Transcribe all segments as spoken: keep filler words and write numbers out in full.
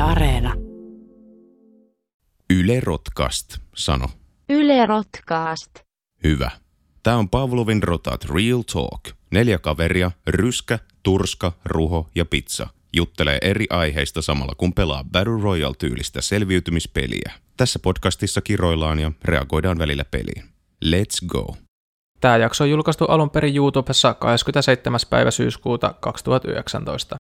Areena. Yle Rotkast, sano. Yle Rotkast. Hyvä. Tää on Pavlovin rotat Real Talk. Neljä kaveria, ryskä, turska, ruho ja pizza. Juttelee eri aiheista samalla kun pelaa Battle Royale-tyylistä selviytymispeliä. Tässä podcastissa kiroillaan ja reagoidaan välillä peliin. Let's go! Tämä jakso on julkaistu alun perin YouTubessa kahdeskymmenesseitsemäs päivä syyskuuta kaksituhattayhdeksäntoista.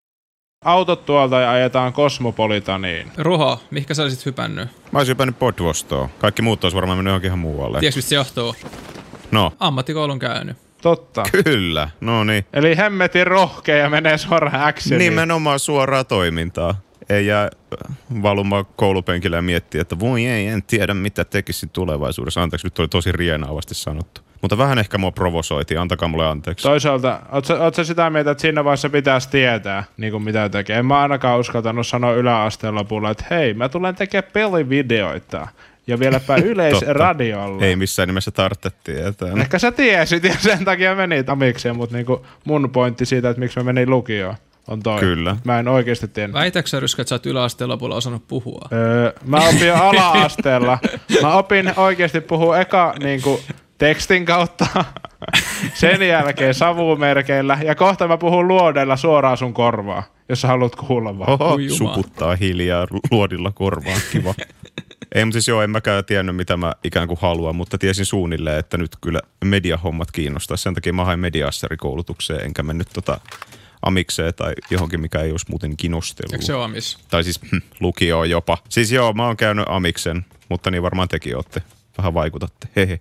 Autot tuolta ja ajetaan Kosmopolitaniin. Ruho, mihinkä sä olisit hypännyt? Mä olisin hypännyt Podvostoon. Kaikki muut olisi varmaan mennyt johonkin ihan muualle. Tiedätkö, mistä se johtuu? No. Ammattikoulun käynyt. Totta. Kyllä, no niin. Eli hemmetin rohkea ja menee suoraan actioniin. Nimenomaan suoraa toimintaa. Ei jää valumaan koulupenkillä ja miettiä, että voi ei, en tiedä mitä tekisin tulevaisuudessa. Anteeksi, nyt oli tosi rienaavasti sanottu. Mutta vähän ehkä mua provosoitiin, antakaa mulle anteeksi. Toisaalta, oot sä sitä mieltä, että siinä vaiheessa pitäisi tietää, niin kuin mitä tekee? En mä ainakaan uskaltanut sanoa yläasteen lopulla, että hei, mä tulen tekemään pelivideoita. Ja vieläpä yleisradiolla. Ei missään nimessä tarvitse tietää. Ehkä sä tiesit ja sen takia menit amikseen, mutta niinku mun pointti siitä, että miksi mä menin lukioon, on toi. Kyllä. Mä en oikeasti tiennyt. Väitätkö sä, Ryskä, että sä oot yläasteen lopulla osannut puhua? Öö, mä opin jo ala-asteella. Mä opin oikeasti puhua eka niinku tekstin kautta, sen jälkeen savumerkeillä ja kohta mä puhun luodella suoraan sun korvaa, jos sä haluat kuulla vaan. Oho, suputtaa hiljaa luodilla korvaan, kiva. Ei, mutta siis joo, en mäkään tiennyt, mitä mä ikään kuin haluan, mutta tiesin suunnilleen, että nyt kyllä mediahommat kiinnostaa. Sen takia mä hain media-assarikoulutukseen, enkä mennyt tota amikseen tai johonkin, mikä ei olisi muuten kiinnostellut. Eikö se ole amis? Tai siis hm, lukioon jopa. Siis joo, mä oon käynyt amiksen, mutta niin varmaan tekin ootte. Vähän vaikutatte. Hehe.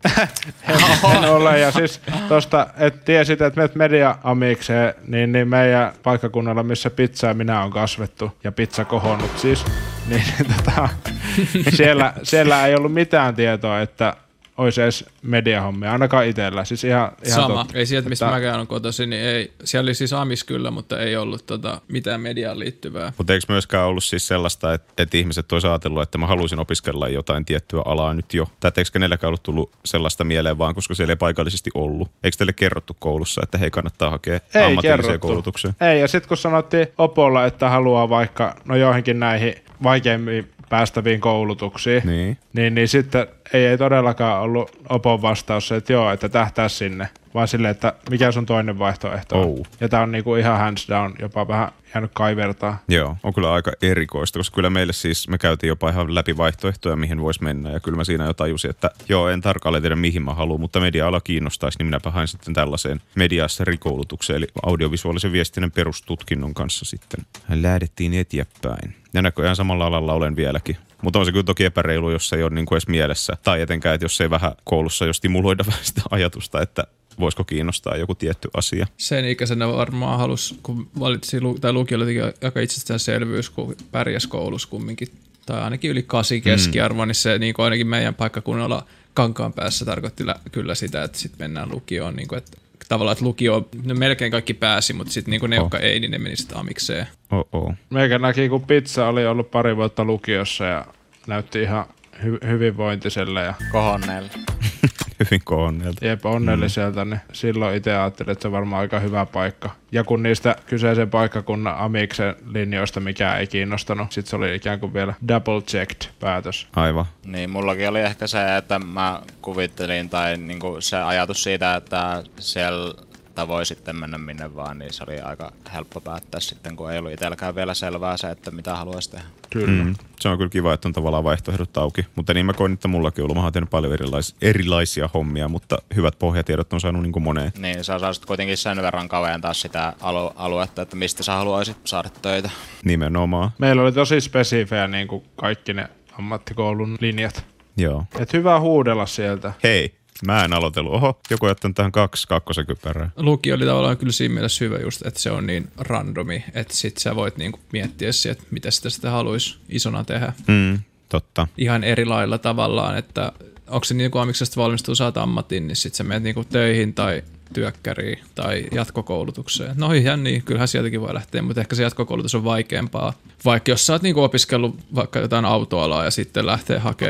En ole. Ja siis tosta, että tiesit, että menet media-amikseen, niin, niin meidän paikkakunnalla, missä pizzaa minä on kasvettu ja pizza kohonnut siis, niin tota, siellä, siellä ei ollut mitään tietoa, että olisi edes mediahommia, ainakaan itsellä. Siis ihan, ihan Sama. totta. Ei sieltä, mistä että mäkään on kotoisin, niin ei. Siellä oli siis amis kyllä, mutta ei ollut tota, mitään mediaan liittyvää. Mutta eikö myöskään ollut siis sellaista, että, että ihmiset olisi ajatellut, että mä haluaisin opiskella jotain tiettyä alaa nyt jo? Tai eikö kenelläkään ollut tullut sellaista mieleen vaan, koska siellä ei paikallisesti ollut? Eikö teille kerrottu koulussa, että hei, kannattaa hakea ei ammatilliseen koulutukseen? Ei, ja sitten kun sanottiin opolla, että haluaa vaikka no johonkin näihin vaikeimmin päästäviin koulutuksiin, niin, niin, niin sitten ei, ei todellakaan ollut opon vastaus se, että joo, että tähtää sinne, vaan silleen, että mikä sun toinen vaihtoehto on. Oh. Ja tää on niinku ihan hands down, jopa vähän jäänyt kaivertaa. Joo, on kyllä aika erikoista, koska kyllä meille siis, me käytiin jopa ihan läpi vaihtoehtoja, mihin voisi mennä, ja kyllä mä siinä jo tajusin, että joo, en tarkalleen tiedä mihin mä haluan, mutta media-ala kiinnostaisi, niin minäpä hain sitten tällaiseen media-assarikoulutukseen, eli audiovisuaalisen viestinnän perustutkinnon kanssa sitten lähdettiin eteenpäin. Ja näköjään samalla alalla olen vieläkin. Mutta on se kyllä toki epäreilu, jos ei ole niin kuin edes mielessä. Tai etenkään, että jos ei vähän koulussa jo stimuloida vähän sitä ajatusta, että voisiko kiinnostaa joku tietty asia. Sen ikäisenä varmaan halusi, kun valitsi, tai lukio oli aika itsestäänselvyys, kun pärjäs koulussa kumminkin. Tai ainakin yli kasi keskiarvo, mm. niin se niin kuin ainakin meidän paikkakunnalla Kankaanpäässä tarkoitti kyllä sitä, että sitten mennään lukioon. Niin kuin, että tavallaan, että lukio, no melkein kaikki pääsi, mutta sitten niin ne, oh. jotka ei, niin ne meni sitten amikseen. Oh-oh. Meikä näki, kun pizza oli ollut pari vuotta lukiossa ja näytti ihan hy- hyvinvointiselle ja kohonneelle. Hyvin kohonneelta. Jep, onnelliselta, niin silloin itse ajattelin, että se on varmaan aika hyvä paikka. Ja kun niistä kyseisen paikkakunnan amiksen linjoista mikään ei kiinnostanut, sit se oli ikään kuin vielä double checked päätös. Aivan. Niin, mullakin oli ehkä se, että mä kuvittelin, tai niinku se ajatus siitä, että siellä voi sitten mennä minne vaan, niin se oli aika helppo päättää sitten, kun ei ollut itselläkään vielä selvää se, että mitä haluaisi tehdä. Kyllä. Mm. Se on kyllä kiva, että on tavallaan vaihtoehdot auki. Mutta niin mä koin, että mullakin on ollut. Mä oon tehnyt paljon erilais- erilaisia hommia, mutta hyvät pohjatiedot on saanut niin kuin moneen. Niin, sä saisit kuitenkin sen verran kaventaa sitä alu- aluetta, että mistä sä haluaisit saada töitä. Nimenomaan. Meillä oli tosi spesifejä niin kuin kaikki ne ammattikoulun linjat. Joo. Et hyvä huudella sieltä. Hei, mä en aloitellut. Oho, joku on ottanut tähän kaksi kakkosen kypärää. Lukio oli tavallaan kyllä siinä mielessä hyvä just, että se on niin randomi, että sit sä voit niinku miettiä siihen, että mitä sitä sitten haluaisi isona tehdä. Mm, totta. Ihan eri lailla tavallaan, että onko se niin kuin amiksesta valmistuu saat ammatin, niin sit sä menet niinku töihin tai työkkäriin tai jatkokoulutukseen. No ihan niin, kyllähän sieltäkin voi lähteä, mutta ehkä se jatkokoulutus on vaikeampaa. Vaikka jos sä oot niinku opiskellut vaikka jotain autoalaa ja sitten lähtee hakemaan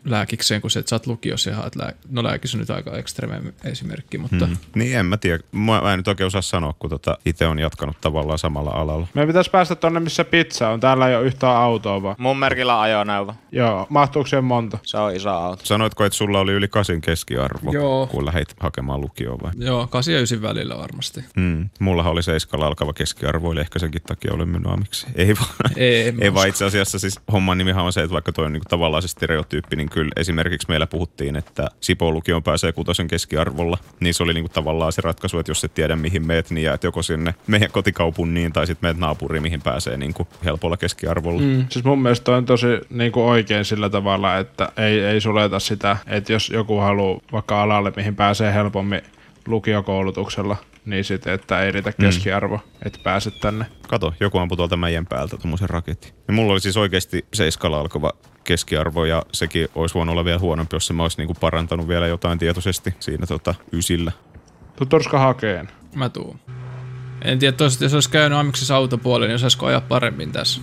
lääkikseen, kun se, että sä oot lukiossa ja haet lää... No lääkis on nyt aika ekstreme esimerkki, mutta... Hmm. Niin en mä tiedä. Mä, mä en nyt oikein osaa sanoa, kun tota itse on jatkanut tavallaan samalla alalla. Meidän pitäisi päästä tonne, missä pizza on. Täällä ei ole yhtään autoa vaan. Mun merkillä ajoneuvo. Joo, mahtuuko siihen monta? Se on iso auto. Sanoitko, että sulla oli yli kasin keskiarvo, Joo. kun lähdit hakemaan lukioon vai? Joo, kasi ja ysin välillä varmasti. Hmm. Mullahan oli seiskalla alkava keskiarvo, eli ehkä senkin takia olen mennyt amiksi. Ei vaan, Ei, ei vaan itse asiassa siis homman nimihan on se, että vaikka toi on niinku tavallaan se stereotyyppi, niin kyllä esimerkiksi meillä puhuttiin, että Sipoon lukioon pääsee kutosen keskiarvolla, niin se oli niinku tavallaan se ratkaisu, että jos et tiedä mihin meet, niin jäät joko sinne meidän kotikaupunniin tai sitten meet naapuriin, mihin pääsee niinku helpolla keskiarvolla. Mm. Siis mun mielestä toi on tosi niinku oikein sillä tavalla, että ei, ei suleta sitä, että jos joku haluaa vaikka alalle, mihin pääsee helpommin lukiokoulutuksella, niin sitten, että ei riitä keskiarvo, mm. että pääset tänne. Kato, joku ampui tuolta meidän päältä tommosen raketin. Ja mulla oli siis oikeasti seiskalla alkava keskiarvo ja sekin olisi voinut olla vielä huonompi, jos se mä olisi niinku parantanut vielä jotain tietoisesti siinä tota ysillä. Tuu Turska hakeen. Mä tuun. En tiedä, toisaalta jos olisi käynyt amiksessa autopuolella, niin osaisiko ajaa paremmin tässä.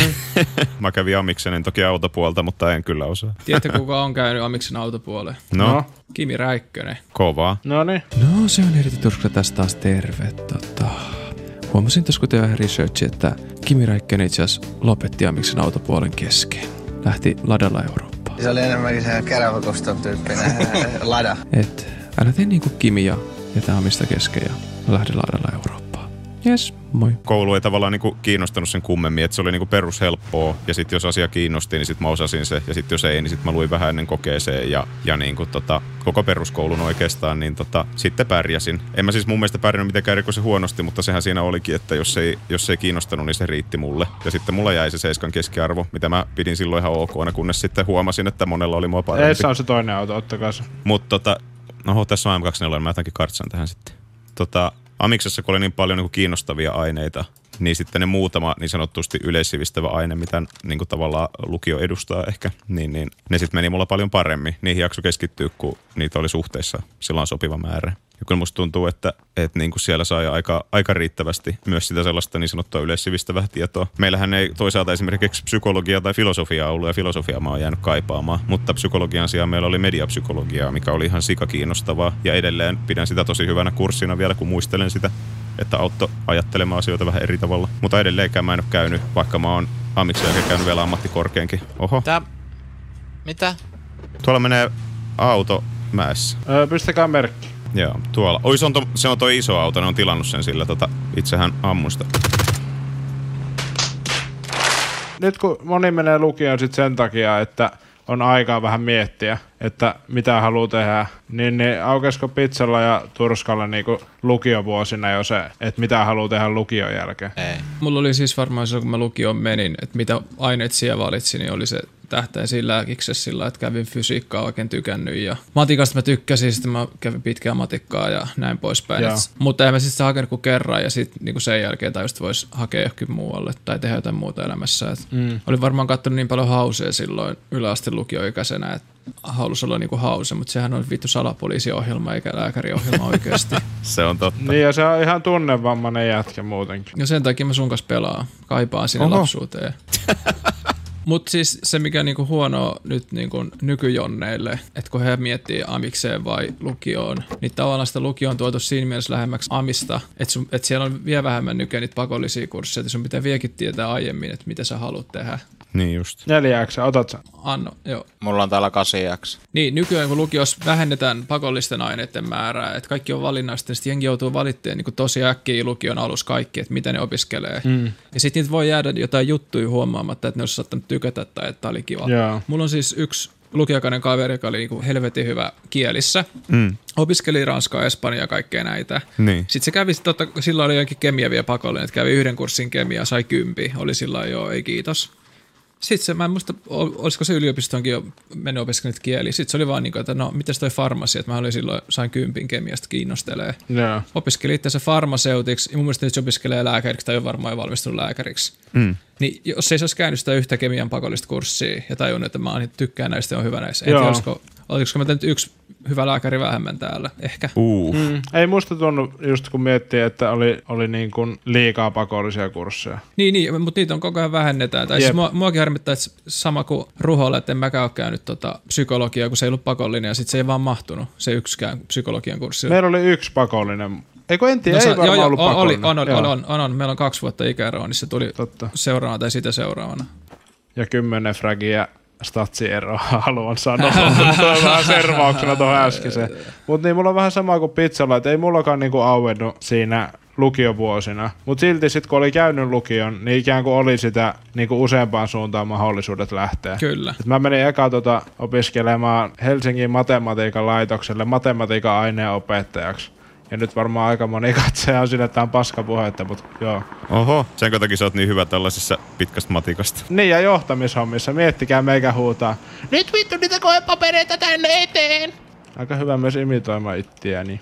Mä kävin amiksen, en toki autopuolta, mutta en kyllä osaa. Tiedätkö, kuka on käynyt amiksen autopuolella? No, No. Kimi Räikkönen. kovaa. No niin. No se on Eriti Turska tässä taas terve. Tota, huomasin tuossa, kun tein researchi, että Kimi Räikkönen itse asiassa lopetti amiksen autopuolen kesken. Lähti ladalla Eurooppaan. Se oli enemmänkin se käräväkoston tyyppinen lada. Et älä tee niin kuin Kimi ja jätä amista kesken ja lähde ladalla Eurooppaan. Jes, moi. Koulu ei tavallaan niinku kiinnostanut sen kummemmin, että se oli niinku perushelppoa ja sitten jos asia kiinnosti, niin sitten mä osasin se ja sitten jos ei, niin sitten mä luin vähän ennen kokeeseen ja, ja niinku tota, koko peruskoulun oikeastaan, niin tota, sitten pärjäsin. En mä siis mun mielestä pärjännyt mitenkään erikoisen huonosti, mutta sehän siinä olikin, että jos ei, jos ei kiinnostanut, niin se riitti mulle. Ja sitten mulla jäi se seiskan keskiarvo, mitä mä pidin silloin ihan ok, kunnes sitten huomasin, että monella oli mua parempi. Eessä on se toinen auto, ottakaa se. Mutta tota, no tässä on M kaksikymmentäneljä, mä jätänkin kartsan tähän sitten. Tota, amiksessa, kun oli niin paljon niin kuin kiinnostavia aineita, niin sitten ne muutama niin sanottusti yleissivistävä aine, mitä niin kuin tavallaan lukio edustaa ehkä, niin, niin ne sitten meni mulla paljon paremmin. Niihin jakso keskittyä, kun niitä oli suhteessa silloin sopiva määrä. Ja kyllä musta tuntuu, että, että niin kuin siellä sai aika, aika riittävästi myös sitä sellaista niin sanottua yleissivistävää tietoa. Meillähän ei toisaalta esimerkiksi psykologia tai filosofiaa ollut, ja filosofiaa mä oon jäänyt kaipaamaan, mutta psykologian sijaan meillä oli mediapsykologiaa, mikä oli ihan sika kiinnostavaa, ja edelleen pidän sitä tosi hyvänä kurssina vielä, kun muistelen sitä, että auttoi ajattelemaan asioita vähän eri tavalla. Mutta edelleenkään mä en ole käynyt, vaikka mä oon amiksen jälkeen käynyt vielä ammattikorkeankin. Oho. Tää... Mitä? Tuolla menee auto mäessä. Öö, pistäkää merkki. Joo, tuolla. Oi, se on, to, se on toi iso auto, ne on tilannut sen sillä, tota, itsehän ammun sitä. Nyt kun moni menee lukioon sit sen takia, että on aikaa vähän miettiä, että mitä haluaa tehdä, niin, niin aukesko pizzalla ja Turskalla niinku lukiovuosina jo se, että mitä haluaa tehdä lukion jälkeen? Ei. Mulla oli siis varmaan silloin, kun mä lukioon menin, että mitä aineet siellä valitsin, niin oli se tähtäisiin lääkiksessä sillä, että kävin fysiikkaa oikein tykännyt ja matikasta mä tykkäsin, sitten mä kävin pitkää matikkaa ja näin poispäin. Et, mutta en mä sitten hakenut kuin kerran ja sitten niinku sen jälkeen tai just voisi hakea johonkin muualle tai tehdä jotain muuta elämässä. Et mm. Olin varmaan katsonut niin paljon hauseja silloin yläasteen lukioikäisenä, että halusi olla niinku hause, mutta sehän on vittu salapoliisiohjelma eikä lääkäriohjelma oikeasti. Se on totta. Niin ja se on ihan tunnevammainen jätkä muutenkin. Ja sen takia mä sun kanssa pelaan. Kaipaan sinne Oho. lapsuuteen. Mutta siis se, mikä niinku huono nyt niinku nykyjonneille, että kun he miettii amikseen vai lukioon, niin tavallaan sitä lukio on tuotu siinä mielessä lähemmäksi amista, että et siellä on vielä vähemmän nykyään niitä pakollisia kursseja, että sun pitää vieläkin tietää aiemmin, että mitä sä haluat tehdä. Niin just. Neljäksä, otat sä? Anno, joo. Mulla on täällä kasiaksi. Niin, nykyään kun lukiossa vähennetään pakollisten aineiden määrää, että kaikki on valinnaista, niin sitten jengi joutuu valitteen niin tosi äkkiä lukion alussa kaikki, että mitä ne opiskelee. Mm. Ja sitten niitä voi jäädä jotain juttuja huomaamatta, että ne olisi saattanut tykätä tai että oli kiva. Joo. Mulla on siis yksi lukiakainen kaveri, joka oli niin helvetin hyvä kielissä. Mm. Opiskeli ranskaa, espanjaa ja kaikkea näitä. Niin. Sitten se kävi, totta, silloin oli jokin kemia vielä pakollinen, että kävi yhden kurssin kemiaa, sai kympi. Oli silloin joo, ei kiitos. Sitten se, mä en muista, olisiko se yliopistoonkin jo mennyt opiskelemaan kieli. Sitten se oli vaan niin kuin, että no, mitäs toi farmasi, että mä olin silloin, sain kympin kemiasta kiinnostelee. Joo. Opiskeli itse se farmaseutiksi, ja mun mielestä nyt se opiskelee lääkäriksi tai on varmaan jo valmistunut lääkäriksi. Mm. Niin jos ei se olisi käynyt sitä yhtä kemian pakollista kurssia ja tajunnut, että mä tykkään näistä ja on hyvä näissä. En Joo. tiedä, olisiko, oliko mä nyt yksi hyvä lääkäri vähemmän täällä, ehkä. Uh. Mm. Ei musta tunnu, just kun miettii, että oli, oli niin kuin liikaa pakollisia kursseja. Niin, niin, mutta niitä on koko ajan vähennetään. Tai siis mua, muakin harmittaa, että sama kuin Ruholle, että en mäkään ole käynyt tota psykologiaa, kun se ei ollut pakollinen, ja sitten se ei vaan mahtunut, se yksikään psykologian kurssi. Meillä oli yksi pakollinen. Eikö en tiedä, no, ei varmaan joo, ollut oli, pakollinen. on, on, on, on, on, on, meillä on kaksi vuotta ikäeroa, niin se tuli Totta. seuraavana tai sitä seuraavana. Ja kymmenen fragia statsieroa haluan sanoa. Tuo on vähän servauksena tuohon äskeiseen. Mutta niin, mulla on vähän sama kuin pizzalla, että ei mullakaan niinku auennut siinä lukiovuosina. Mutta silti sitten kun oli käynyt lukion, niin ikään kuin oli sitä niinku useampaan suuntaan mahdollisuudet lähteä. Kyllä. Et mä menin eka tota opiskelemaan Helsingin matematiikan laitokselle matematiikan aineenopettajaksi. Ja nyt varmaan aika moni katsoja on siinä, että tää on paskapuhetta, mutta joo. Oho, sen takia sä oot niin hyvä tällaisessa pitkästä matikasta. Niin, ja johtamishommissa. Miettikää, meikä huutaa. Nyt vittu niitä koepapereita tänne eteen! Aika hyvä myös imitoimaan ittiäni.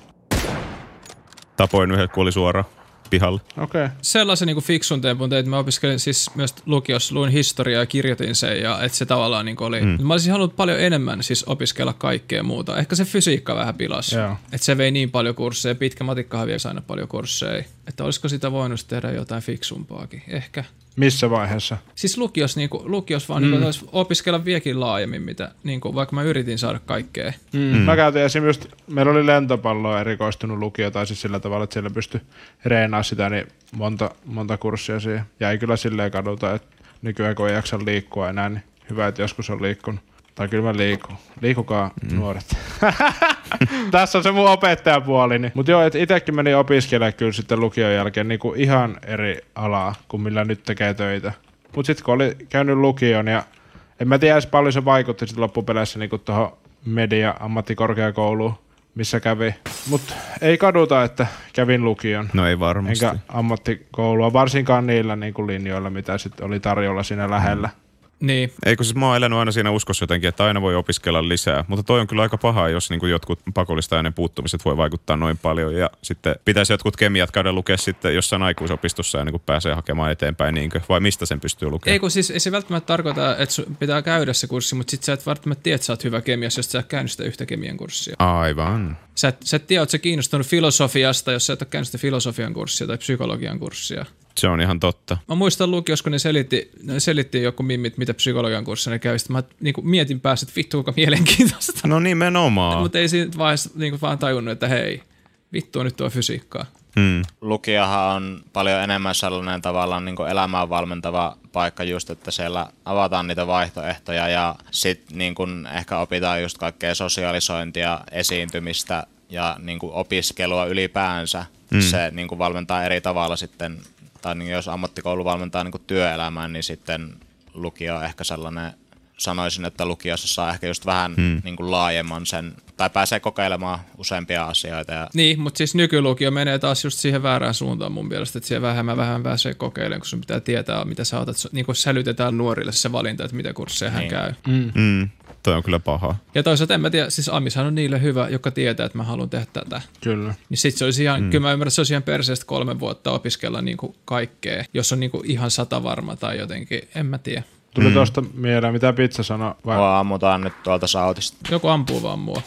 Tapoin yhden, kun oli suora pihalle. Okei. Okay. Sellaisen niin kuin fiksun tempun tein, että mä opiskelin siis myös lukiossa, luin historiaa ja kirjoitin sen, ja että se tavallaan niin oli... Mm. Mä olisin halunnut paljon enemmän siis opiskella kaikkea muuta. Ehkä se fysiikka vähän pilasi. Että se vei niin paljon kursseja, pitkä matikkahan vie aina paljon kursseja. Että olisiko sitä voinut tehdä jotain fiksumpaakin? Ehkä. Missä vaiheessa? Siis lukios, niin kuin, lukios vaan mm. niin kuin, opiskella vieläkin laajemmin, mitä, niin kuin, vaikka mä yritin saada kaikkea. Mm. Mm. Mä käytin esimerkiksi, meillä oli lentopalloa erikoistunut lukio, tai siis sillä tavalla, että siellä pystyi reenaamaan sitä, niin monta, monta kurssia siihen. Jäi kyllä silleen kaduta, että nykyään kun ei jaksa liikkua enää, niin hyvä, että joskus on liikkunut. Tai kyllä mä liikun. Liikukaa mm. nuoret. Tässä on se mun opettajapuoli. Niin. Mutta joo, että itsekin meni opiskelemaan kyllä sitten lukion jälkeen niin kuin ihan eri alaa kuin millä nyt tekee töitä. Mutta sitten kun oli käynyt lukion ja en mä tiedä edes paljon se vaikutti sitten loppupeleissä niin tuohon media-ammattikorkeakouluun, missä kävi. Mutta ei kaduta, että kävin lukion. No ei varmasti. Enkä ammattikoulua, varsinkaan niillä niin kuin linjoilla, mitä sitten oli tarjolla siinä lähellä. Mm. Niin. Eikö siis mä oon elänyt aina siinä uskossa jotenkin, että aina voi opiskella lisää, mutta toi on kyllä aika paha, jos niin kuin jotkut pakollista aineen puuttumiset voi vaikuttaa noin paljon ja sitten pitäisi jotkut kemiat käydä lukea sitten jossain aikuisopistossa ennen kuin pääsee hakemaan eteenpäin, niinkö? Vai mistä sen pystyy lukemaan? Ei kun siis ei se välttämättä tarkoita, että pitää käydä se kurssi, mutta sit sä et välttämättä tiedä, että sä oot hyvä kemiassa, jos sä et käynyt sitä yhtä kemian kurssia. Aivan. Sä et, sä et tiedä, oot sä kiinnostunut filosofiasta, jos sä et ole käynyt sitä filosofian kurssia tai psykologian kurssia. Se on ihan totta. Mä muistan lukiossa, kun ne selitti, ne selitti joku mimmit, mitä psykologian kurssia ne kävi. Sitten mä niin kuin mietin päässä, että vittu kuinka mielenkiintoista. No nimenomaan. Mutta ei siinä vaiheessa niin kuin vaan tajunnut, että hei, vittu on nyt tuo fysiikkaa. Hmm. Lukiohan on paljon enemmän sellainen tavallaan niin kuin elämään valmentava paikka just, että siellä avataan niitä vaihtoehtoja ja sitten niin kuin ehkä opitaan just kaikkea sosialisointia, esiintymistä ja niin kuin opiskelua ylipäänsä. Hmm. Se niin kuin valmentaa eri tavalla sitten, tai niin jos ammattikoulu valmentaa niin kuin työelämään, niin sitten lukio on ehkä sellainen, sanoisin, että lukiossa saa ehkä just vähän hmm. niin kuin laajemman sen, tai pääsee kokeilemaan useampia asioita. Ja... Niin, mutta siis nykylukio menee taas just siihen väärään suuntaan mun mielestä, että siellä vähemmän vähän pääsee kokeilemaan, kun sun pitää tietää, mitä sä otat, niin kuin sälytetään nuorille se valinta, että mitä kursseja hän niin. käy. Mm. Mm. Toi on kyllä paha. Ja toisaalta en mä tiedä, siis Amishan on niille hyvä, joka tietää, että mä haluan tehdä tätä. Kyllä. Niin sit se olisi ihan, mm. kyllä mä ymmärrän, että se olisi ihan perseestä kolme vuotta opiskella niin kuin kaikkea, jos on niin kuin ihan sata varma tai jotenkin, en mä tiedä. Tuli mm. tosta mieleen, mitä Pizza sanoi. Vai? Mua ammutaan nyt tuolta sautista. Joku ampuu vaan mua.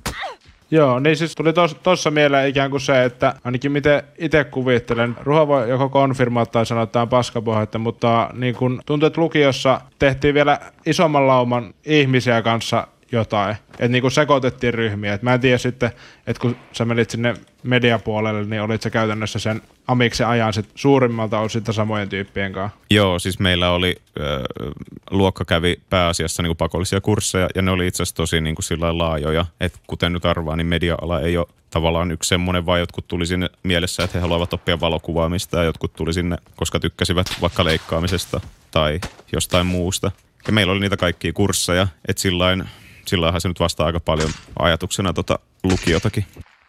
Joo, niin siis tuli tos, tossa mieleen ikään kuin se, että ainakin miten itse kuvittelen, Ruha voi joko konfirmoida tai sanoa, että tämä on paskapohjetta, mutta niin kun tuntuu, että lukiossa tehtiin vielä isomman lauman ihmisiä kanssa jotain, että niin kuin sekoitettiin ryhmiä, että mä en tiedä sitten, että kun sä menit sinne mediapuolelle, niin olit sä käytännössä sen amiksen ajan sit suurimmalta osin samojen tyyppien kanssa. Joo, siis meillä oli, äh, luokka kävi pääasiassa niin kuin pakollisia kursseja, ja ne oli itse asiassa tosi niin kuin sillä laajoja, että kuten nyt arvaa, niin media-ala ei ole tavallaan yksi semmoinen, vaan jotkut tuli sinne mielessä, että he haluavat oppia valokuvaamista, ja jotkut tuli sinne, koska tykkäsivät vaikka leikkaamisesta tai jostain muusta. Ja meillä oli niitä kaikkia kursseja, että sillain, silläinhän se nyt vastaa aika paljon ajatuksena tota lukiotakin.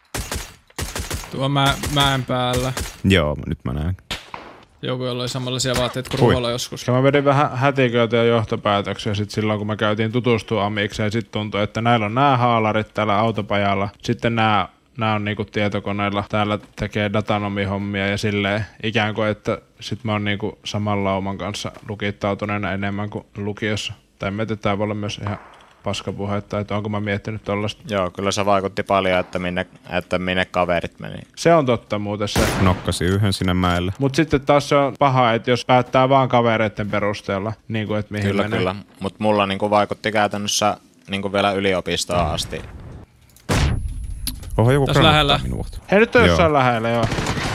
Tuo mä, mäen päällä. Joo, nyt mä näen. Joku, jolla oli samanlaisia vaatteita kuin Ruholla joskus. Ja mä vedin vähän hätiköitä ja johtopäätöksiä sit silloin, kun me käytiin tutustua amikseen. Sitten tuntui, että näillä on nämä haalarit täällä autopajalla. Sitten nämä, nämä on niinku tietokoneilla. Täällä tekee datanomihommia ja silleen ikään kuin, että sit mä oon niinku saman lauman kanssa lukittautuneena enemmän kuin lukiossa. Tai me, että tää voi olla myös ihan paskapuhetta, että onko mä miettinyt tollaista. Joo, kyllä se vaikutti paljon, että minne, että minne kaverit meni. Se on totta muuten se. Nokkasi yhden sinne mäelle. Mut sitten taas se on paha, että jos päättää vaan kavereiden perusteella, niin kuin, että mihin Kyllä, menee. kyllä. Mutta mulla niinku vaikutti käytännössä niinku vielä yliopistoon asti. Oho, joku Tässä granattaa lähellä. minua. Hei, nyt on Joo. jossain lähellä, joo.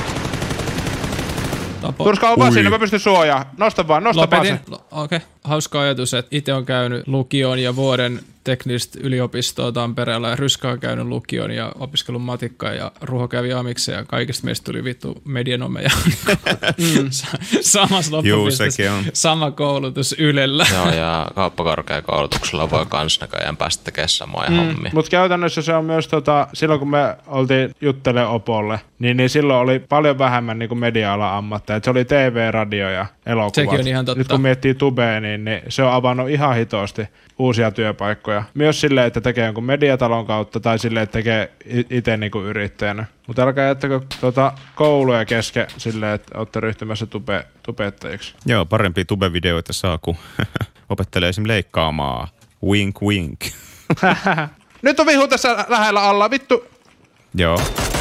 Tapo. Turska, on vaan Ui. siinä, mä pystyn suojaa. Nosta vaan, nosta vaan Lopetin. se. Okei. Okay. Hauska ajatus, että itse on käynyt lukion ja vuoden teknistä yliopistoa Tampereella ja Ryska on käynyt lukion ja opiskellut matikkaa ja Ruho kävi amiksen ja kaikista meistä tuli vittu medianomeja. mm. Samassa loppupisteessä on. sama koulutus Ylellä. Joo, ja kauppakorkeakoulutuksella voi kans näköjään päästä tekemään samoja mm. hommia. Mutta käytännössä se on myös, tota, silloin kun me oltiin juttele Opolle, niin, niin silloin oli paljon vähemmän niin kuin media-alan ammatteja. Se oli T V, radio ja elokuvat. Sekin on ihan totta. Nyt kun miettii Tubea, niin, niin se on avannut ihan hitosti uusia työpaikkoja. Myös silleen, että tekee jonkun mediatalon kautta tai silleen, että tekee itse niinku yrittäjänä. Mutta älkää jättäkö tuota kouluja kesken silleen, että olette ryhtymässä tube, tubettajiksi. Joo, parempia tube-videoita saa, kun opettelee esimerkiksi leikkaamaan. Wink, wink. Nyt on vihu tässä lähellä alla, vittu. Joo.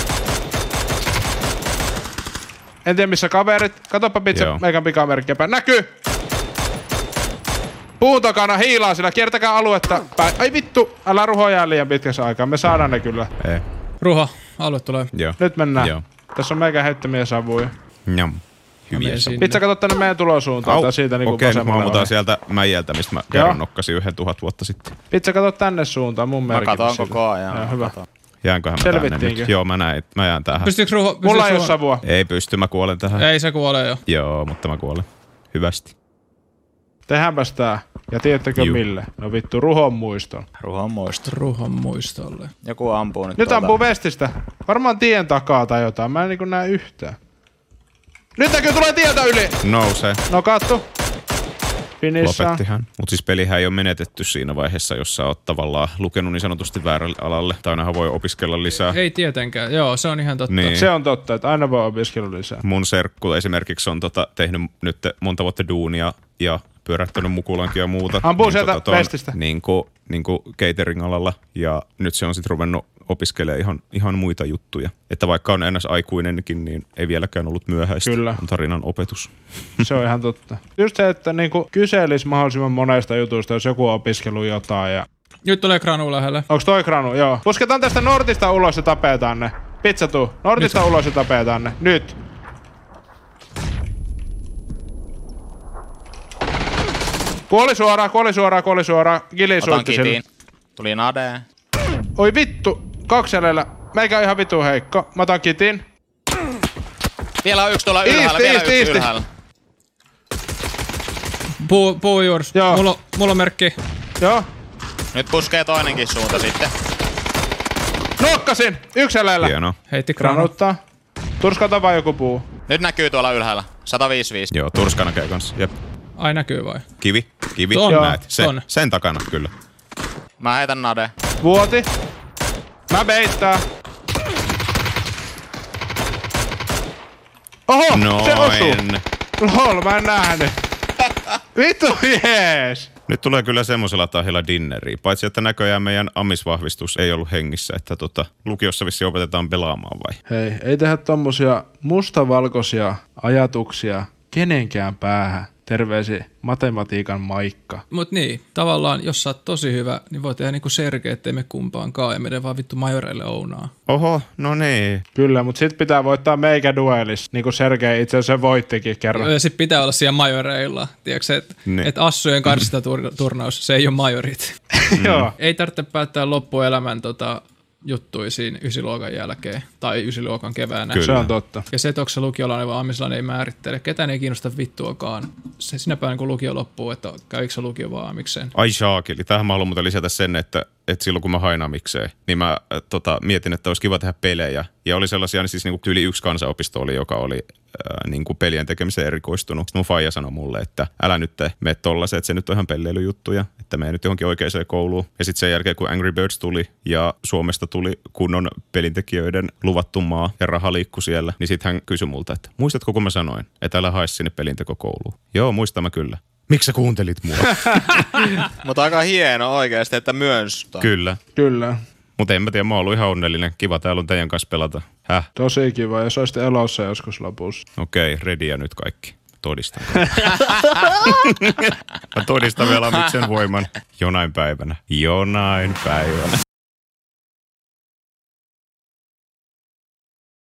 En tiedä missä kaverit. Katoppa pitse Joo. meikän pikamerkkiä päin. Näkyy! Puun takana hiilaa sillä, kiertäkää aluetta päin. Ai vittu, älä ruho jää liian pitkässä aikaa, me saadaan ne kyllä. Ei. Ruho, alue tulee. Joo. Nyt mennään. Joo. Tässä on meikän heittämiä savuja. Njam. Hyviä menen savuja. sinne. Pitää katso tänne meidän tulosuuntaan. Au, Tai siitä niinku okei, nyt mä vasemmalle ammutaan vai? sieltä mäijältä, mistä mä kerran nokkasin yhden tuhat vuotta sitten. Pitää katso tänne suuntaan, mun Mä merkitys. katon sillä. koko ajan. Joo, hyvä. Katon. Jäänköhän mä tänne Selvittiinkö? nyt? Joo, mä näin. Mä jään tähän. Pystyykö Ruho? Mulla pystyykö ei ole Ruho- savua. Ei pysty, mä kuolen tähän. Ei se kuole jo. Joo, mutta mä kuolen. Hyvästi. Tehdäänpäs tää. Ja tiedättekö Juu. mille? No vittu, Ruhon muiston. Ruhon muisto. Ruhon muistolle. Joku ampuu nyt Nyt tuolta. ampuu vestistä. Varmaan tien takaa tai jotain. Mä en niinku näe yhtään. Nyt näkyy, tulee tieltä yli! Nousee. No katso. Finissä. Lopettihan. Mutta siis pelihän ei ole menetetty siinä vaiheessa, jos sä oot tavallaan lukenut niin sanotusti väärälle alalle. Tai ainahan voi opiskella lisää. Ei tietenkään. Joo, se on ihan totta. Niin. Se on totta, että aina voi opiskella lisää. Mun serkku esimerkiksi on tota, tehnyt nyt monta vuotta duunia ja pyörättänyt mukulankin ja muuta. Ampuu niin, sieltä tota, tuon vestistä. Niinku, niinku catering-alalla. Ja nyt se on sitten ruvennut opiskelemaan ihan, ihan muita juttuja. Että vaikka on ns. Aikuinenkin, niin ei vieläkään ollut myöhäistä. Kyllä. On tarinan opetus. Se on ihan totta. Just se, että niinku kyselisi mahdollisimman monesta jutusta, jos joku on opiskellut jotain. Ja... Nyt tulee Granu lähelle. Onks toi Granu? Joo. Pusketaan tästä Nortista ulos ja tapetaan ne. Pizza tuu. Nortista Nyt. ulos ja tapetaan ne. Nyt. Kuoli suoraan, kuoli suoraan, kuoli suoraan. Gili Otan suitti sille. kitiin. Tuli nade. Oi vittu. Kaksi jäljellä. Meikä on ihan vitu heikko. Mä otan kitin. Vielä on yksi tuolla Iisti, ylhäällä, vielä iisti, yksi iisti. ylhäällä. Puu, puu juurs. Joo. Mulla, mulla on merkki. Joo. Nyt puskee toinenkin suunta sitten. Nokkasin. Yksi jäljellä. Hienoa. Heitti Granu. Granuttaa. Turskata vaan joku puu. Nyt näkyy tuolla ylhäällä. sata viisikymmentäviisi. Joo, Turska näkee kanssa. Jep. Ai näkyy vai? Kivi. Kivi. Ton. Näet. Se, Ton. sen takana kyllä. Mä heitän nade. Vuoti. Mä beittää. Oho, se osuu. Noin. Lol, mä en nähnyt. Vittu jees. Nyt tulee kyllä semmoisella tahilla dinneriä. Paitsi, että näköjään meidän amisvahvistus ei ollut hengissä, että tota, lukiossa vissiin opetetaan pelaamaan vai? Hei, ei tehdä tommosia mustavalkoisia ajatuksia kenenkään päähän. Terveisi matematiikan Maikka. Mut niin, tavallaan, jos sä oot tosi hyvä, niin voi tehdä niinku Sergei, ettei me kumpaankaan ja mene vaan vittu majoreille ounaa. Oho, no niin. Kyllä, mutta sit pitää voittaa meikä duelis, niin kuin Sergei itse asiassa voittikin kerran. Ja sit pitää olla siellä majoreilla. Tiedätkö, että Niin. et Assujen karsintaturnaus, se ei ole majorit. Joo. Ei tarvitse päättää loppuelämän tota, juttui siinä ysiluokan jälkeen tai ysiluokan keväänä. Kyllä. Se on totta. Ja se, että onko se lukiolainen vai amislainen, ei määrittele. Ketään ei kiinnosta vittuakaan. Se sinä päivänä, kun lukio loppuu, että kävikö se lukio vaan amikseen. Ai shaakeli. Tähän mä haluan muuten lisätä sen, että, että silloin kun mä hain amikseen, niin mä äh, tota, mietin, että olisi kiva tehdä pelejä. Ja oli sellaisia, niin siis niin kuin tyyli yksi kansanopisto oli, joka oli äh, niin kuin pelien tekemiseen erikoistunut. Sitten mun faija sanoi mulle, että älä nyt mene tollasen, että se nyt on ihan pelleilyjuttuja, että mene nyt johonkin oikeaan kouluun. Ja sitten sen jälkeen, kun Angry Birds tuli ja Suomesta tuli kunnon pelintekijöiden luvattu maa ja raha liikkui siellä, niin sitten hän kysyi multa, että muistatko kun mä sanoin, että älä hae sinne pelintekokouluun? Joo, muistan mä kyllä. Miksi sä kuuntelit mua? Mutta aika hieno oikeasti, että myös. Kyllä. Kyllä. Mutta en mä tiedä, mä oon ollut ihan onnellinen. Kiva täällä on teidän kanssa pelata. Häh? Tosi kiva, jos olisit elossa joskus lopussa. Okei, okay, redia nyt kaikki. Todistan. Mä todistan vielä sen voiman jonain päivänä. Jonain päivänä.